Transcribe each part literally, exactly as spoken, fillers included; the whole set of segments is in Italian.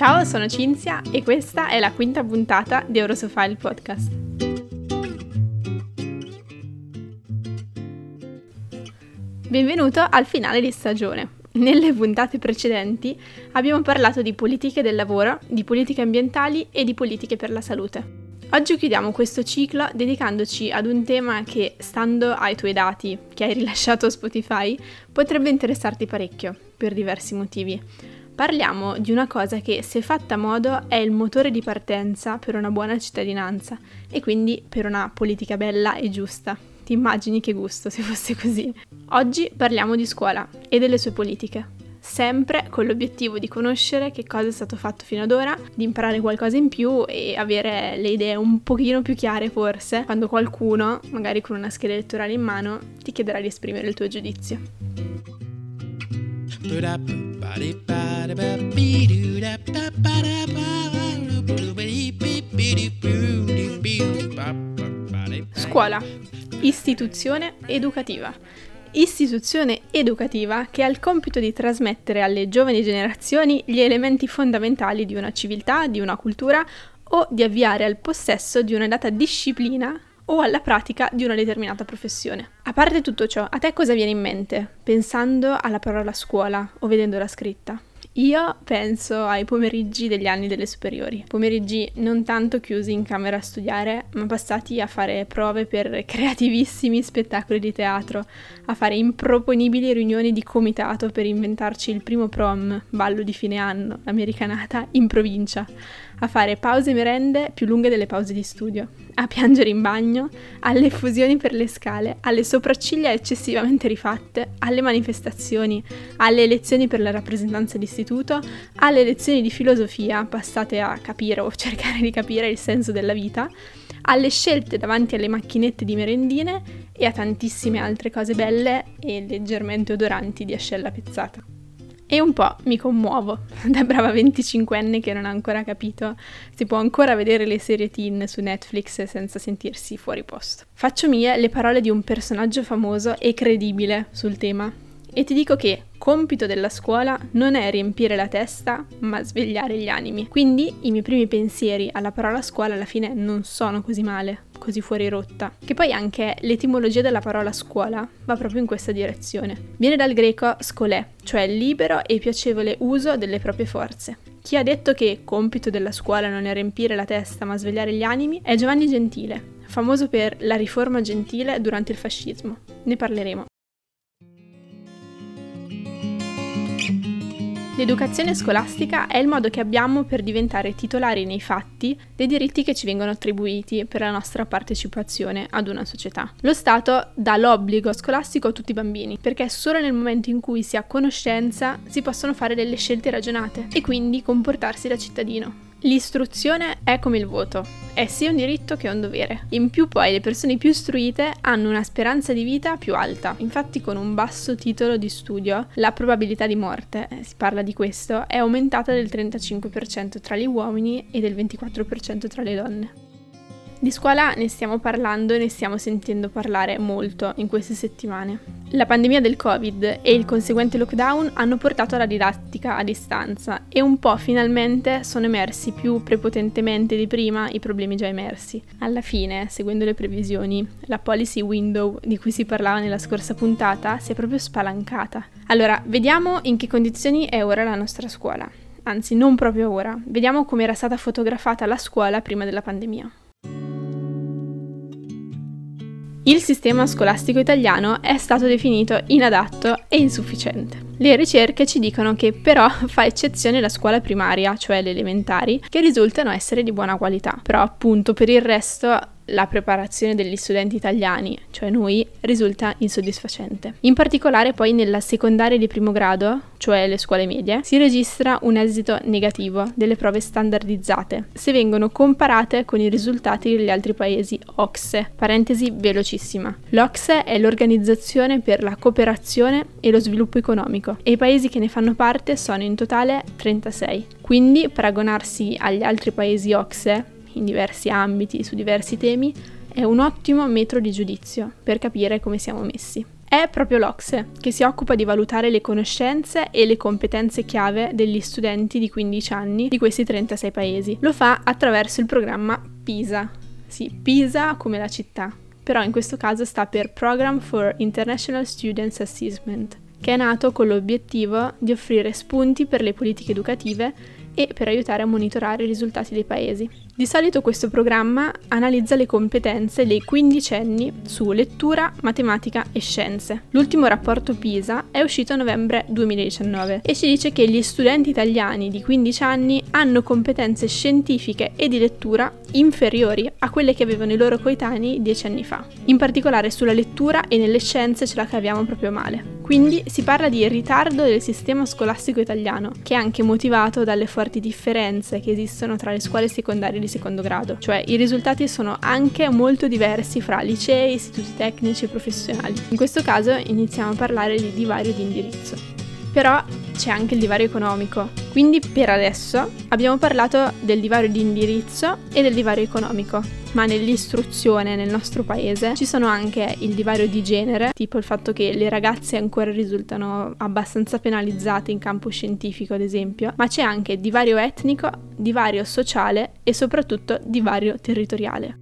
Ciao, sono Cinzia e questa è la quinta puntata di Eurosofile Podcast. Benvenuto al finale di stagione. Nelle puntate precedenti abbiamo parlato di politiche del lavoro, di politiche ambientali e di politiche per la salute. Oggi chiudiamo questo ciclo dedicandoci ad un tema che, stando ai tuoi dati che hai rilasciato a Spotify, potrebbe interessarti parecchio, per diversi motivi. Parliamo di una cosa che, se fatta a modo, è il motore di partenza per una buona cittadinanza e quindi per una politica bella e giusta. Ti immagini che gusto se fosse così? Oggi parliamo di scuola e delle sue politiche, sempre con l'obiettivo di conoscere che cosa è stato fatto fino ad ora, di imparare qualcosa in più e avere le idee un pochino più chiare forse, quando qualcuno, magari con una scheda elettorale in mano, ti chiederà di esprimere il tuo giudizio. Scuola, istituzione educativa. Istituzione educativa che ha il compito di trasmettere alle giovani generazioni gli elementi fondamentali di una civiltà, di una cultura o di avviare al possesso di una data disciplina o alla pratica di una determinata professione. A parte tutto ciò, a te cosa viene in mente pensando alla parola scuola o vedendola scritta? Io penso ai pomeriggi degli anni delle superiori, pomeriggi non tanto chiusi in camera a studiare, ma passati a fare prove per creativissimi spettacoli di teatro, a fare improponibili riunioni di comitato per inventarci il primo prom, ballo di fine anno, americanata, in provincia, a fare pause merende più lunghe delle pause di studio, a piangere in bagno, alle fusioni per le scale, alle sopracciglia eccessivamente rifatte, alle manifestazioni, alle elezioni per la rappresentanza d'istituto, alle lezioni di filosofia passate a capire o cercare di capire il senso della vita, alle scelte davanti alle macchinette di merendine e a tantissime altre cose belle e leggermente odoranti di ascella pezzata. E un po' mi commuovo, da brava venticinquenne che non ha ancora capito, si può ancora vedere le serie teen su Netflix senza sentirsi fuori posto. Faccio mie le parole di un personaggio famoso e credibile sul tema e ti dico che compito della scuola non è riempire la testa, ma svegliare gli animi. Quindi i miei primi pensieri alla parola scuola alla fine non sono così male, così fuori rotta. Che poi anche l'etimologia della parola scuola va proprio in questa direzione. Viene dal greco scolè, cioè libero e piacevole uso delle proprie forze. Chi ha detto che compito della scuola non è riempire la testa, ma svegliare gli animi è Giovanni Gentile, famoso per la riforma gentile durante il fascismo. Ne parleremo. L'educazione scolastica è il modo che abbiamo per diventare titolari nei fatti dei diritti che ci vengono attribuiti per la nostra partecipazione ad una società. Lo Stato dà l'obbligo scolastico a tutti i bambini, perché solo nel momento in cui si ha conoscenza si possono fare delle scelte ragionate e quindi comportarsi da cittadino. L'istruzione è come il voto, è sia un diritto che un dovere. In più poi le persone più istruite hanno una speranza di vita più alta. Infatti con un basso titolo di studio la probabilità di morte, eh, si parla di questo, è aumentata del trentacinque per cento tra gli uomini e del ventiquattro per cento tra le donne. Di scuola ne stiamo parlando e ne stiamo sentendo parlare molto in queste settimane. La pandemia del Covid e il conseguente lockdown hanno portato alla didattica a distanza e un po' finalmente sono emersi più prepotentemente di prima i problemi già emersi. Alla fine, seguendo le previsioni, la policy window di cui si parlava nella scorsa puntata si è proprio spalancata. Allora, vediamo in che condizioni è ora la nostra scuola. Anzi, non proprio ora. Vediamo come era stata fotografata la scuola prima della pandemia. Il sistema scolastico italiano è stato definito inadatto e insufficiente. Le ricerche ci dicono che però fa eccezione la scuola primaria, cioè le elementari, che risultano essere di buona qualità. Però appunto per il resto la preparazione degli studenti italiani, cioè noi, risulta insoddisfacente. In particolare poi nella secondaria di primo grado, cioè le scuole medie, si registra un esito negativo delle prove standardizzate, se vengono comparate con i risultati degli altri paesi O C S E. Parentesi velocissima. L'O C S E è l'Organizzazione per la Cooperazione e lo Sviluppo Economico e i paesi che ne fanno parte sono in totale trentasei. Quindi paragonarsi agli altri paesi O C S E in diversi ambiti, su diversi temi, è un ottimo metro di giudizio per capire come siamo messi. È È proprio l'O C S E che si occupa di valutare le conoscenze e le competenze chiave degli studenti di quindici anni di questi trentasei paesi. Lo fa attraverso il programma PISA. Sì, PISA come la città, però in questo caso sta per Program for International Students Assessment, che è nato con l'obiettivo di offrire spunti per le politiche educative e per aiutare a monitorare i risultati dei paesi. Di solito questo programma analizza le competenze dei quindicenni su lettura, matematica e scienze. L'ultimo rapporto PISA è uscito a novembre duemiladiciannove e ci dice che gli studenti italiani di quindici anni hanno competenze scientifiche e di lettura inferiori a quelle che avevano i loro coetanei dieci anni fa. In particolare sulla lettura e nelle scienze ce la caviamo proprio male. Quindi si parla di ritardo del sistema scolastico italiano, che è anche motivato dalle forti differenze che esistono tra le scuole secondarie di secondo grado, cioè i risultati sono anche molto diversi fra licei, istituti tecnici e professionali. In questo caso iniziamo a parlare di divario di indirizzo. Però c'è anche il divario economico, quindi per adesso abbiamo parlato del divario di indirizzo e del divario economico, ma nell'istruzione nel nostro paese ci sono anche il divario di genere, tipo il fatto che le ragazze ancora risultano abbastanza penalizzate in campo scientifico ad esempio, ma c'è anche divario etnico, divario sociale e soprattutto divario territoriale.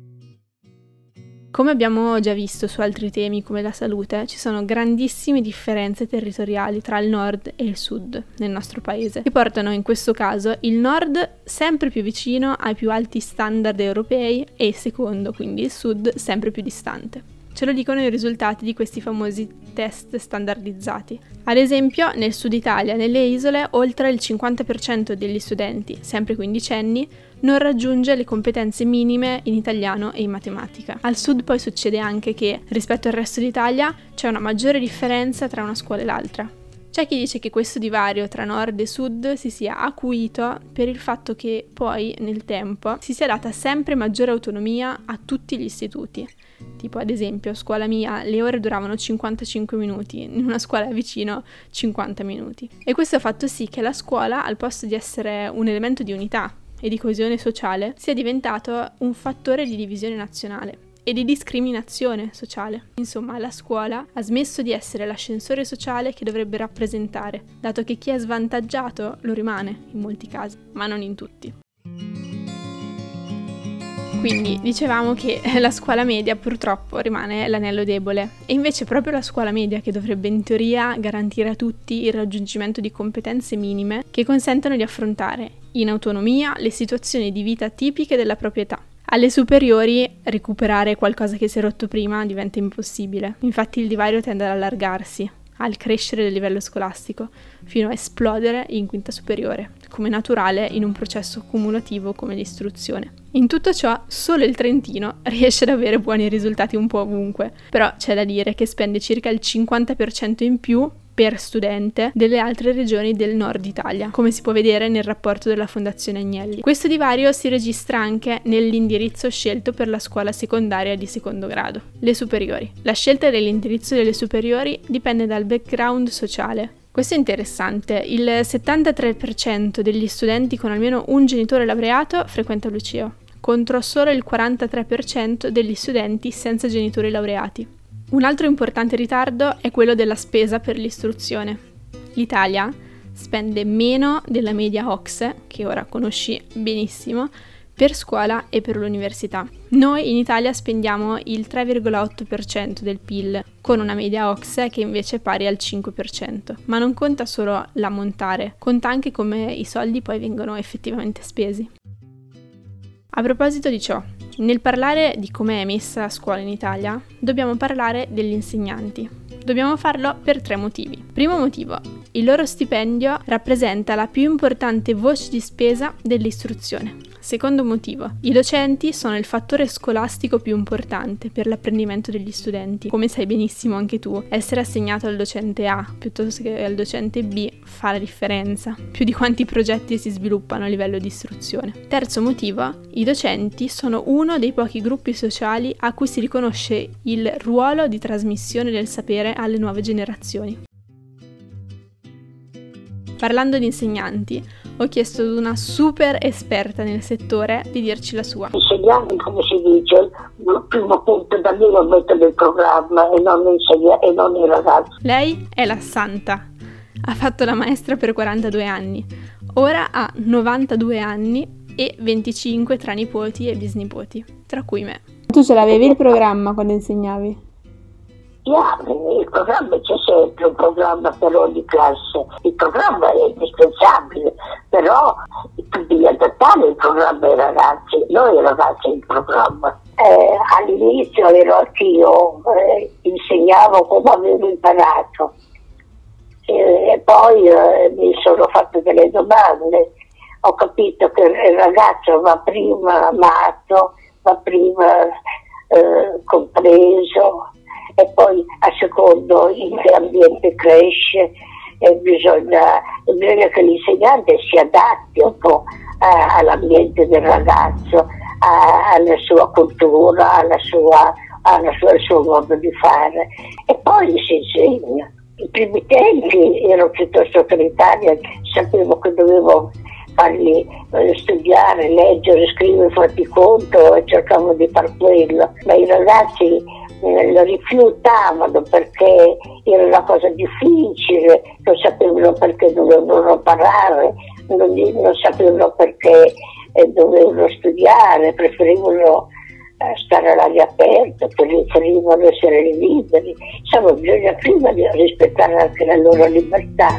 Come abbiamo già visto su altri temi come la salute, ci sono grandissime differenze territoriali tra il nord e il sud nel nostro paese, che portano in questo caso il nord sempre più vicino ai più alti standard europei e il secondo, quindi il sud, sempre più distante. Ce lo dicono i risultati di questi famosi test standardizzati. Ad esempio, nel sud Italia, nelle isole, oltre il cinquanta per cento degli studenti, sempre quindicenni, non raggiunge le competenze minime in italiano e in matematica. Al sud poi succede anche che, rispetto al resto d'Italia, c'è una maggiore differenza tra una scuola e l'altra. C'è chi dice che questo divario tra nord e sud si sia acuito per il fatto che poi, nel tempo, si sia data sempre maggiore autonomia a tutti gli istituti. Tipo, ad esempio, a scuola mia le ore duravano cinquantacinque minuti, in una scuola vicino cinquanta minuti. E questo ha fatto sì che la scuola, al posto di essere un elemento di unità e di coesione sociale, sia diventato un fattore di divisione nazionale e di discriminazione sociale. Insomma, la scuola ha smesso di essere l'ascensore sociale che dovrebbe rappresentare, dato che chi è svantaggiato lo rimane in molti casi, ma non in tutti. Quindi dicevamo che la scuola media purtroppo rimane l'anello debole e invece proprio la scuola media che dovrebbe in teoria garantire a tutti il raggiungimento di competenze minime che consentano di affrontare in autonomia le situazioni di vita tipiche della propria età. Alle superiori recuperare qualcosa che si è rotto prima diventa impossibile, infatti il divario tende ad allargarsi, al crescere del livello scolastico, fino a esplodere in quinta superiore, come naturale in un processo cumulativo come l'istruzione. In tutto ciò, solo il Trentino riesce ad avere buoni risultati un po' ovunque, però c'è da dire che spende circa il cinquanta per cento in più per studente delle altre regioni del nord Italia, come si può vedere nel rapporto della Fondazione Agnelli. Questo divario si registra anche nell'indirizzo scelto per la scuola secondaria di secondo grado, le superiori. La scelta dell'indirizzo delle superiori dipende dal background sociale. Questo è interessante, il settantatré per cento degli studenti con almeno un genitore laureato frequenta il liceo, contro solo il quarantatré per cento degli studenti senza genitori laureati. Un altro importante ritardo è quello della spesa per l'istruzione. L'Italia spende meno della media O C S E, che ora conosci benissimo, per scuola e per l'università. Noi in Italia spendiamo il tre virgola otto per cento del P I L, con una media O C S E che invece è pari al cinque per cento. Ma non conta solo l'ammontare, conta anche come i soldi poi vengono effettivamente spesi. A proposito di ciò, nel parlare di come è messa a scuola in Italia, dobbiamo parlare degli insegnanti. Dobbiamo farlo per tre motivi. Primo motivo, il loro stipendio rappresenta la più importante voce di spesa dell'istruzione. Secondo motivo, i docenti sono il fattore scolastico più importante per l'apprendimento degli studenti. Come sai benissimo anche tu, essere assegnato al docente A piuttosto che al docente B fa la differenza, più di quanti progetti si sviluppano a livello di istruzione. Terzo motivo, i docenti sono uno dei pochi gruppi sociali a cui si riconosce il ruolo di trasmissione del sapere alle nuove generazioni. Parlando di insegnanti, ho chiesto ad una super esperta nel settore di dirci la sua. Insegnanti, come si dice, il primo punto da lì lo mettono nel programma e non, insegna, e non i ragazzi. Lei è la santa. Ha fatto la maestra per quarantadue anni. Ora ha novantadue anni e venticinque tra nipoti e bisnipoti, tra cui me. Tu ce l'avevi il programma quando insegnavi? Yeah, il programma c'è sempre, un programma per ogni classe. Il programma è indispensabile, però devi adattare il programma ai ragazzi, non i ragazzi il programma. Eh, all'inizio ero anch'io, eh, insegnavo come avevo imparato e, e poi eh, mi sono fatte delle domande. Ho capito che il ragazzo va prima amato, va prima eh, compreso, e poi a secondo in che ambiente cresce e bisogna, bisogna che l'insegnante si adatti un po' a, all'ambiente del ragazzo, a, alla sua cultura, alla sua, alla sua, al suo modo di fare, e poi si insegna. I primi tempi ero piuttosto autoritaria, sapevo che dovevo farli eh, studiare, leggere, scrivere, farti conto, e cercavo di far quello, ma i ragazzi lo rifiutavano perché era una cosa difficile, non sapevano perché dovevano parlare, non, non sapevano perché eh, dovevano studiare, preferivano eh, stare all'aria aperta, preferivano essere liberi. Insomma, bisogna prima rispettare anche la loro libertà.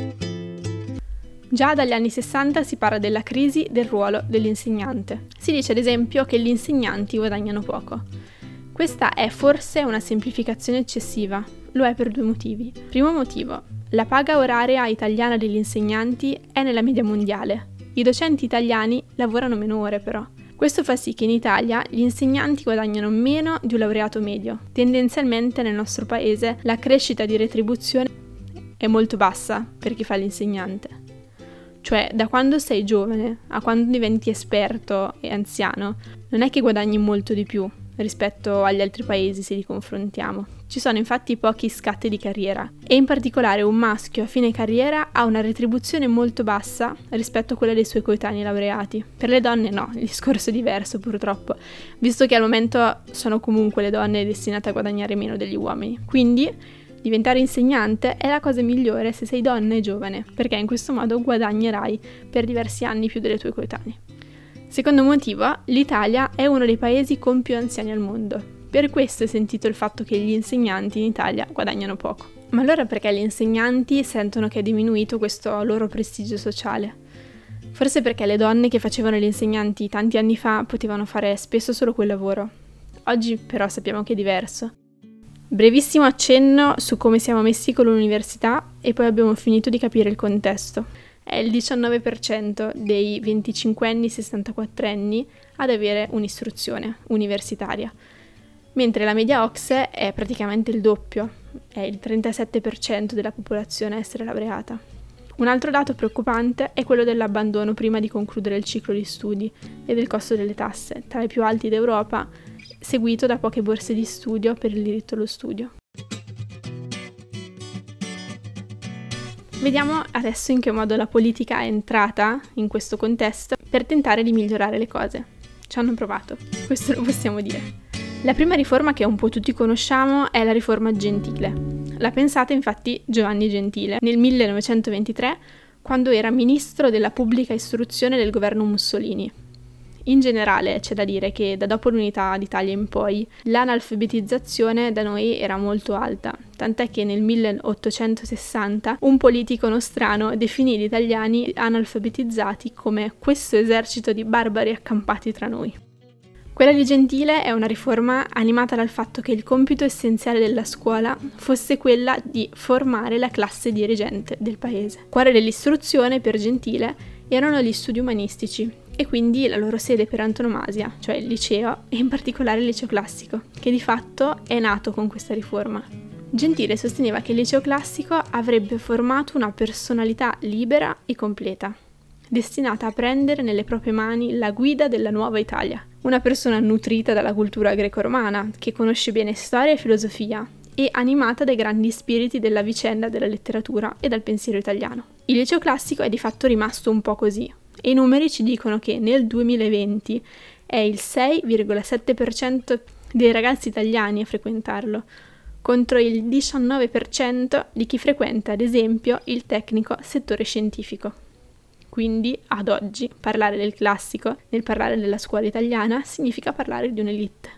Già dagli anni sessanta si parla della crisi del ruolo dell'insegnante. Si dice ad esempio che gli insegnanti guadagnano poco. Questa è forse una semplificazione eccessiva, lo è per due motivi. Primo motivo, la paga oraria italiana degli insegnanti è nella media mondiale. I docenti italiani lavorano meno ore però. Questo fa sì che in Italia gli insegnanti guadagnano meno di un laureato medio. Tendenzialmente nel nostro paese la crescita di retribuzione è molto bassa per chi fa l'insegnante. Cioè, da quando sei giovane a quando diventi esperto e anziano, non è che guadagni molto di più rispetto agli altri paesi se li confrontiamo. Ci sono infatti pochi scatti di carriera e in particolare un maschio a fine carriera ha una retribuzione molto bassa rispetto a quella dei suoi coetanei laureati. Per le donne no, il discorso è diverso purtroppo, visto che al momento sono comunque le donne destinate a guadagnare meno degli uomini. Quindi diventare insegnante è la cosa migliore se sei donna e giovane, perché in questo modo guadagnerai per diversi anni più delle tue coetanee. Secondo motivo, l'Italia è uno dei paesi con più anziani al mondo. Per questo è sentito il fatto che gli insegnanti in Italia guadagnano poco. Ma allora perché gli insegnanti sentono che è diminuito questo loro prestigio sociale? Forse perché le donne che facevano gli insegnanti tanti anni fa potevano fare spesso solo quel lavoro. Oggi però sappiamo che è diverso. Brevissimo accenno su come siamo messi con l'università e poi abbiamo finito di capire il contesto. È il diciannove per cento dei venticinquenni sessantaquattrenni ad avere un'istruzione universitaria, mentre la media O C S E è praticamente il doppio, è il trentasette per cento della popolazione a essere laureata. Un altro dato preoccupante è quello dell'abbandono prima di concludere il ciclo di studi e del costo delle tasse, tra i più alti d'Europa, seguito da poche borse di studio per il diritto allo studio. Vediamo adesso in che modo la politica è entrata in questo contesto per tentare di migliorare le cose. Ci hanno provato, questo lo possiamo dire. La prima riforma che un po' tutti conosciamo è la riforma Gentile. L'ha pensata infatti Giovanni Gentile nel millenovecentoventitré, quando era ministro della pubblica istruzione del governo Mussolini. In generale c'è da dire che da dopo l'unità d'Italia in poi l'analfabetizzazione da noi era molto alta, tant'è che nel milleottocentosessanta un politico nostrano definì gli italiani analfabetizzati come questo esercito di barbari accampati tra noi. Quella di Gentile è una riforma animata dal fatto che il compito essenziale della scuola fosse quella di formare la classe dirigente del paese. Cuore dell'istruzione per Gentile erano gli studi umanistici, e quindi la loro sede per antonomasia, cioè il liceo, e in particolare il liceo classico, che di fatto è nato con questa riforma. Gentile sosteneva che il liceo classico avrebbe formato una personalità libera e completa, destinata a prendere nelle proprie mani la guida della nuova Italia. Una persona nutrita dalla cultura greco-romana, che conosce bene storia e filosofia, e animata dai grandi spiriti della vicenda della letteratura e dal pensiero italiano. Il liceo classico è di fatto rimasto un po' così e i numeri ci dicono che nel duemilaventi è il sei virgola sette per cento dei ragazzi italiani a frequentarlo, contro il diciannove per cento di chi frequenta, ad esempio, il tecnico settore scientifico. Quindi, ad oggi, parlare del classico, nel parlare della scuola italiana, significa parlare di un'elite.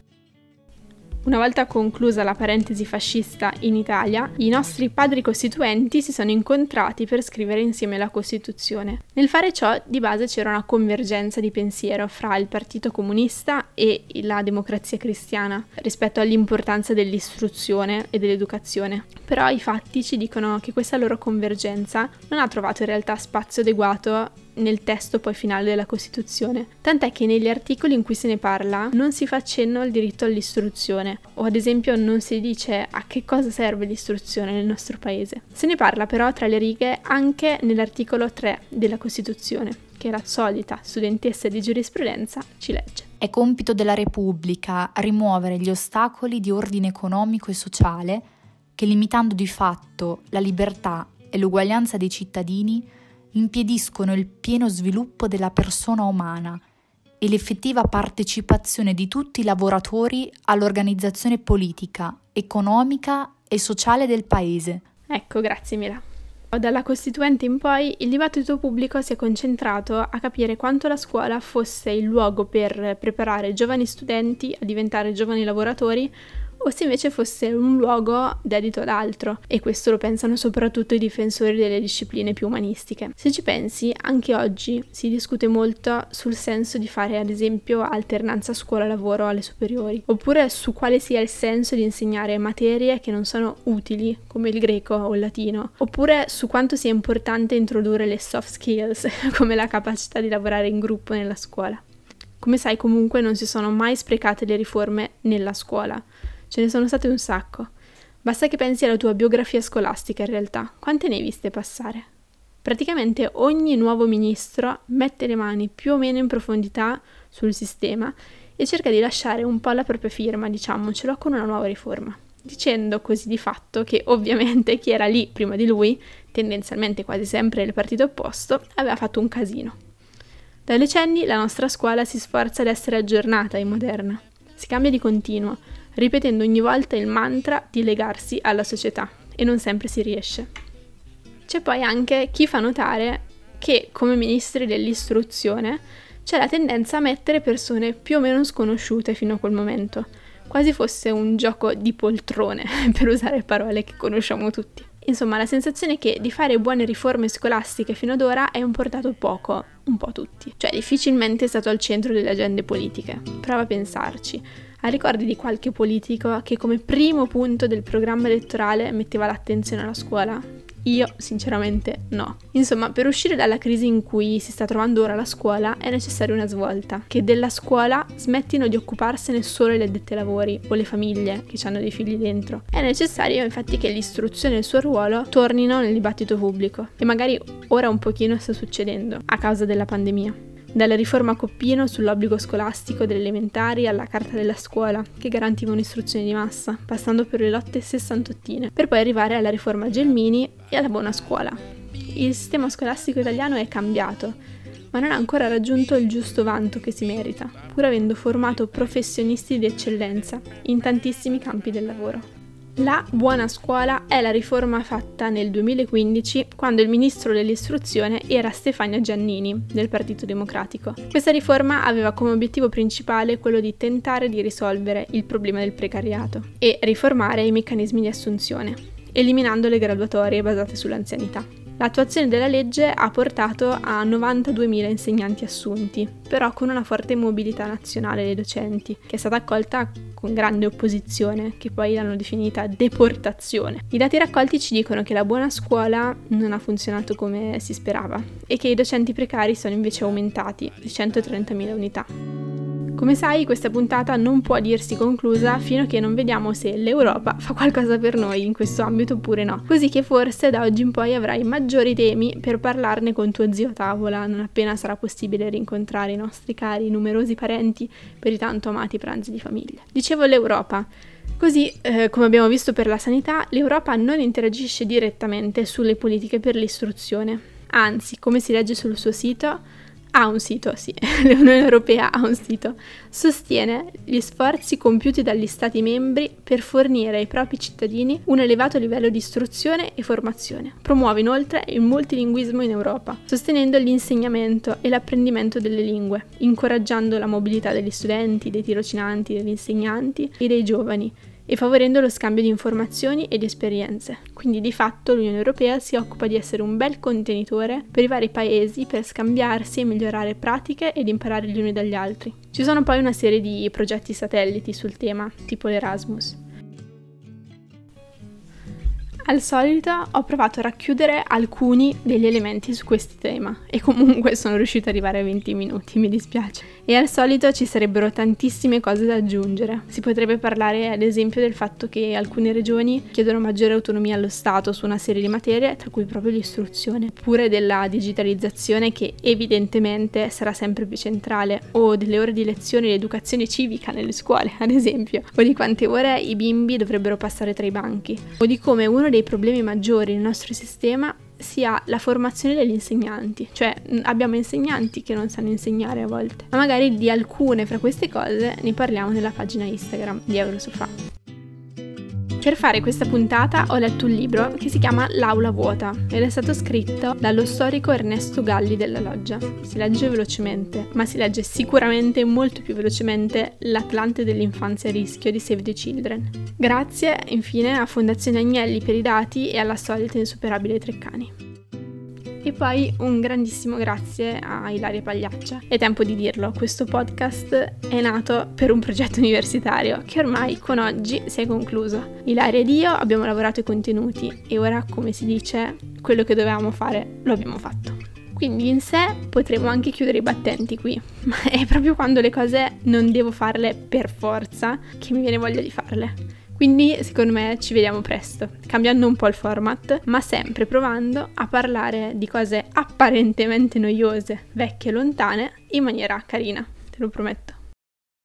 Una volta conclusa la parentesi fascista in Italia, i nostri padri costituenti si sono incontrati per scrivere insieme la Costituzione. Nel fare ciò, di base c'era una convergenza di pensiero fra il Partito Comunista e la Democrazia Cristiana rispetto all'importanza dell'istruzione e dell'educazione. Però i fatti ci dicono che questa loro convergenza non ha trovato in realtà spazio adeguato nel testo poi finale della Costituzione, tant'è che negli articoli in cui se ne parla non si fa cenno al diritto all'istruzione, o ad esempio non si dice a che cosa serve l'istruzione nel nostro paese. Se ne parla però tra le righe anche nell'articolo tre della Costituzione, che la solita studentessa di giurisprudenza ci legge. È compito della Repubblica rimuovere gli ostacoli di ordine economico e sociale che, limitando di fatto la libertà e l'uguaglianza dei cittadini, impediscono il pieno sviluppo della persona umana e l'effettiva partecipazione di tutti i lavoratori all'organizzazione politica, economica e sociale del paese. Ecco, grazie Mila. Dalla Costituente in poi il dibattito pubblico si è concentrato a capire quanto la scuola fosse il luogo per preparare giovani studenti a diventare giovani lavoratori o se invece fosse un luogo dedito ad altro, e questo lo pensano soprattutto i difensori delle discipline più umanistiche. Se ci pensi, anche oggi si discute molto sul senso di fare ad esempio alternanza scuola-lavoro alle superiori, oppure su quale sia il senso di insegnare materie che non sono utili, come il greco o il latino, oppure su quanto sia importante introdurre le soft skills, come la capacità di lavorare in gruppo nella scuola. Come sai, comunque non si sono mai sprecate le riforme nella scuola. Ce ne sono state un sacco. Basta che pensi alla tua biografia scolastica in realtà. Quante ne hai viste passare? Praticamente ogni nuovo ministro mette le mani più o meno in profondità sul sistema e cerca di lasciare un po' la propria firma, diciamocelo, con una nuova riforma. Dicendo così di fatto che ovviamente chi era lì prima di lui, tendenzialmente quasi sempre il partito opposto, aveva fatto un casino. Da decenni la nostra scuola si sforza ad essere aggiornata e moderna. Si cambia di continuo, ripetendo ogni volta il mantra di legarsi alla società, e non sempre si riesce. C'è poi anche chi fa notare che, come ministri dell'istruzione, c'è la tendenza a mettere persone più o meno sconosciute fino a quel momento, quasi fosse un gioco di poltrone, per usare parole che conosciamo tutti. Insomma, la sensazione è che di fare buone riforme scolastiche fino ad ora è importato poco, un po' tutti. Cioè, difficilmente è stato al centro delle agende politiche. Prova a pensarci. Hai ricordi di qualche politico che come primo punto del programma elettorale metteva l'attenzione alla scuola? Io, sinceramente, no. Insomma, per uscire dalla crisi in cui si sta trovando ora la scuola è necessaria una svolta, che della scuola smettino di occuparsene solo le addetti ai lavori o le famiglie che hanno dei figli dentro. È necessario infatti che l'istruzione e il suo ruolo tornino nel dibattito pubblico, e magari ora un pochino sta succedendo a causa della pandemia. Dalla riforma Coppino sull'obbligo scolastico delle elementari alla carta della scuola, che garantiva un'istruzione di massa, passando per le lotte sessantottine, per poi arrivare alla riforma Gelmini e alla buona scuola. Il sistema scolastico italiano è cambiato, ma non ha ancora raggiunto il giusto vanto che si merita, pur avendo formato professionisti di eccellenza in tantissimi campi del lavoro. La buona scuola è la riforma fatta nel duemilaquindici, quando il ministro dell'istruzione era Stefania Giannini, del Partito Democratico. Questa riforma aveva come obiettivo principale quello di tentare di risolvere il problema del precariato e riformare i meccanismi di assunzione, eliminando le graduatorie basate sull'anzianità. L'attuazione della legge ha portato a novantaduemila insegnanti assunti, però con una forte mobilità nazionale dei docenti, che è stata accolta con grande opposizione, che poi l'hanno definita deportazione. I dati raccolti ci dicono che la buona scuola non ha funzionato come si sperava e che i docenti precari sono invece aumentati di centotrentamila unità. Come sai, questa puntata non può dirsi conclusa fino a che non vediamo se l'Europa fa qualcosa per noi in questo ambito oppure no, così che forse da oggi in poi avrai maggiori temi per parlarne con tuo zio a tavola, non appena sarà possibile rincontrare i nostri cari numerosi parenti per i tanto amati pranzi di famiglia. Dicevo l'Europa. Così, eh, come abbiamo visto per la sanità, l'Europa non interagisce direttamente sulle politiche per l'istruzione. Anzi, come si legge sul suo sito, ha un sito, sì, l'Unione Europea ha un sito, sostiene gli sforzi compiuti dagli Stati membri per fornire ai propri cittadini un elevato livello di istruzione e formazione. Promuove inoltre il multilinguismo in Europa, sostenendo l'insegnamento e l'apprendimento delle lingue, incoraggiando la mobilità degli studenti, dei tirocinanti, degli insegnanti e dei giovani, e favorendo lo scambio di informazioni e di esperienze. Quindi di fatto l'Unione Europea si occupa di essere un bel contenitore per i vari paesi per scambiarsi e migliorare pratiche ed imparare gli uni dagli altri. Ci sono poi una serie di progetti satelliti sul tema, tipo l'Erasmus. Al solito ho provato a racchiudere alcuni degli elementi su questo tema e comunque sono riuscita ad arrivare a venti minuti, mi dispiace. E al solito ci sarebbero tantissime cose da aggiungere. Si potrebbe parlare ad esempio del fatto che alcune regioni chiedono maggiore autonomia allo Stato su una serie di materie, tra cui proprio l'istruzione, oppure della digitalizzazione che evidentemente sarà sempre più centrale, o delle ore di lezione di educazione civica nelle scuole, ad esempio, o di quante ore i bimbi dovrebbero passare tra i banchi, o di come uno dei I problemi maggiori nel nostro sistema sia la formazione degli insegnanti, cioè abbiamo insegnanti che non sanno insegnare a volte, ma magari di alcune fra queste cose ne parliamo nella pagina Instagram di Eurosofà. Per fare questa puntata ho letto un libro che si chiama L'aula vuota ed è stato scritto dallo storico Ernesto Galli della Loggia. Si legge velocemente, ma si legge sicuramente molto più velocemente L'Atlante dell'infanzia a rischio di Save the Children. Grazie infine a Fondazione Agnelli per i dati e alla solita insuperabile Treccani. E poi un grandissimo grazie a Ilaria Pagliaccia. È tempo di dirlo, questo podcast è nato per un progetto universitario che ormai con oggi si è concluso. Ilaria ed io abbiamo lavorato ai contenuti e ora, come si dice, quello che dovevamo fare lo abbiamo fatto. Quindi in sé potremmo anche chiudere i battenti qui, ma è proprio quando le cose non devo farle per forza che mi viene voglia di farle. Quindi secondo me ci vediamo presto, cambiando un po' il format, ma sempre provando a parlare di cose apparentemente noiose, vecchie e lontane, in maniera carina, te lo prometto.